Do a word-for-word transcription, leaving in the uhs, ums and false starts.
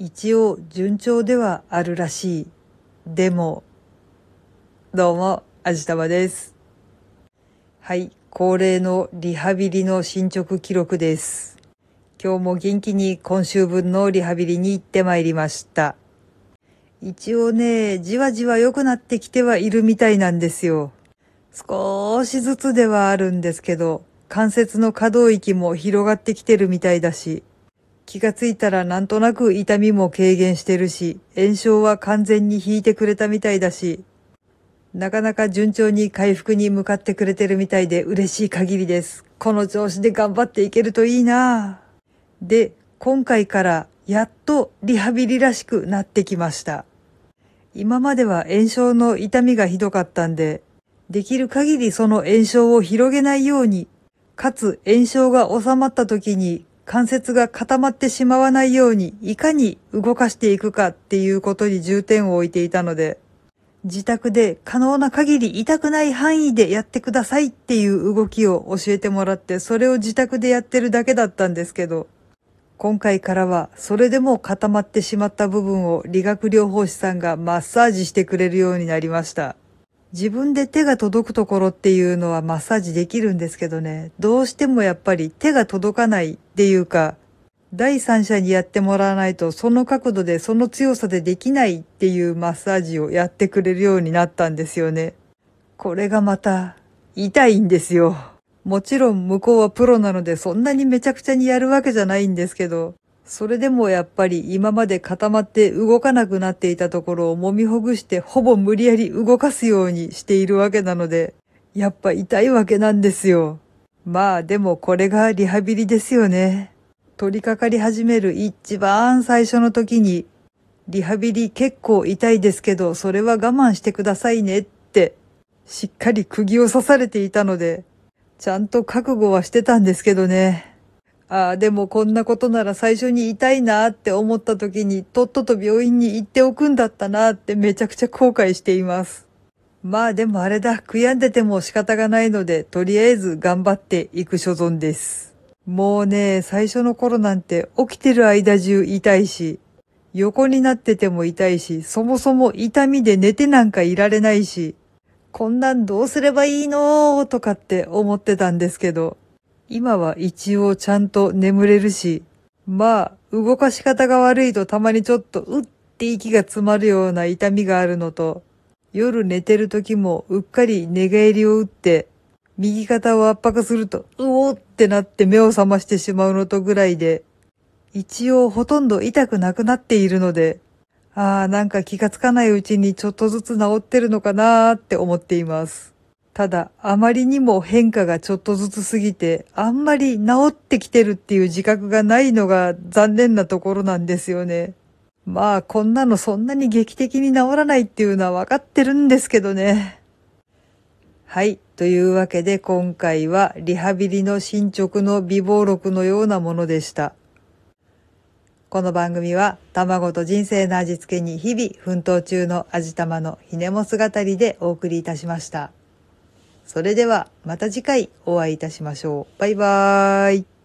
一応順調ではあるらしい。でも、どうも、あじたまです。はい、恒例のリハビリの進捗記録です。今日も元気に今週分のリハビリに行ってまいりました。一応ね、じわじわ良くなってきてはいるみたいなんですよ。少しずつではあるんですけど、関節の可動域も広がってきてるみたいだし、気がついたらなんとなく痛みも軽減してるし、炎症は完全に引いてくれたみたいだし、なかなか順調に回復に向かってくれてるみたいで嬉しい限りです。この調子で頑張っていけるといいなぁ。で、今回からやっとリハビリらしくなってきました。今までは炎症の痛みがひどかったんで、できる限りその炎症を広げないように、かつ炎症が収まった時に関節が固まってしまわないようにいかに動かしていくかっていうことに重点を置いていたので、自宅で可能な限り痛くない範囲でやってくださいっていう動きを教えてもらって、それを自宅でやってるだけだったんですけど、今回からはそれでも固まってしまった部分を理学療法士さんがマッサージしてくれるようになりました。自分で手が届くところっていうのはマッサージできるんですけどね、どうしてもやっぱり手が届かないっていうか、第三者にやってもらわないとその角度でその強さでできないっていうマッサージをやってくれるようになったんですよね。これがまた痛いんですよ。もちろん向こうはプロなのでそんなにめちゃくちゃにやるわけじゃないんですけど、それでもやっぱり今まで固まって動かなくなっていたところを揉みほぐしてほぼ無理やり動かすようにしているわけなので、やっぱ痛いわけなんですよ。まあでもこれがリハビリですよね。取り掛かり始める一番最初の時に、リハビリ結構痛いですけど、それは我慢してくださいねって、しっかり釘を刺されていたので、ちゃんと覚悟はしてたんですけどね。ああ、でもこんなことなら最初に痛いなって思った時に、とっとと病院に行っておくんだったなってめちゃくちゃ後悔しています。まあでもあれだ、悔やんでても仕方がないので、とりあえず頑張っていく所存です。もうね、最初の頃なんて起きてる間中痛いし、横になってても痛いし、そもそも痛みで寝てなんかいられないし、こんなんどうすればいいのとかって思ってたんですけど、今は一応ちゃんと眠れるし、まあ、動かし方が悪いとたまにちょっとうって息が詰まるような痛みがあるのと、夜寝てる時もうっかり寝返りを打って、右肩を圧迫すると、うおーってなって目を覚ましてしまうのとぐらいで、一応ほとんど痛くなくなっているので、ああ、なんか気がつかないうちにちょっとずつ治ってるのかなーって思っています。ただ、あまりにも変化がちょっとずつ過ぎて、あんまり治ってきてるっていう自覚がないのが残念なところなんですよね。まあ、こんなのそんなに劇的に治らないっていうのは分かってるんですけどね。はい。というわけで今回はリハビリの進捗の備忘録のようなものでした。この番組は卵と人生の味付けに日々奮闘中の味玉のひねも姿りでお送りいたしました。それではまた次回お会いいたしましょう。バイバーイ。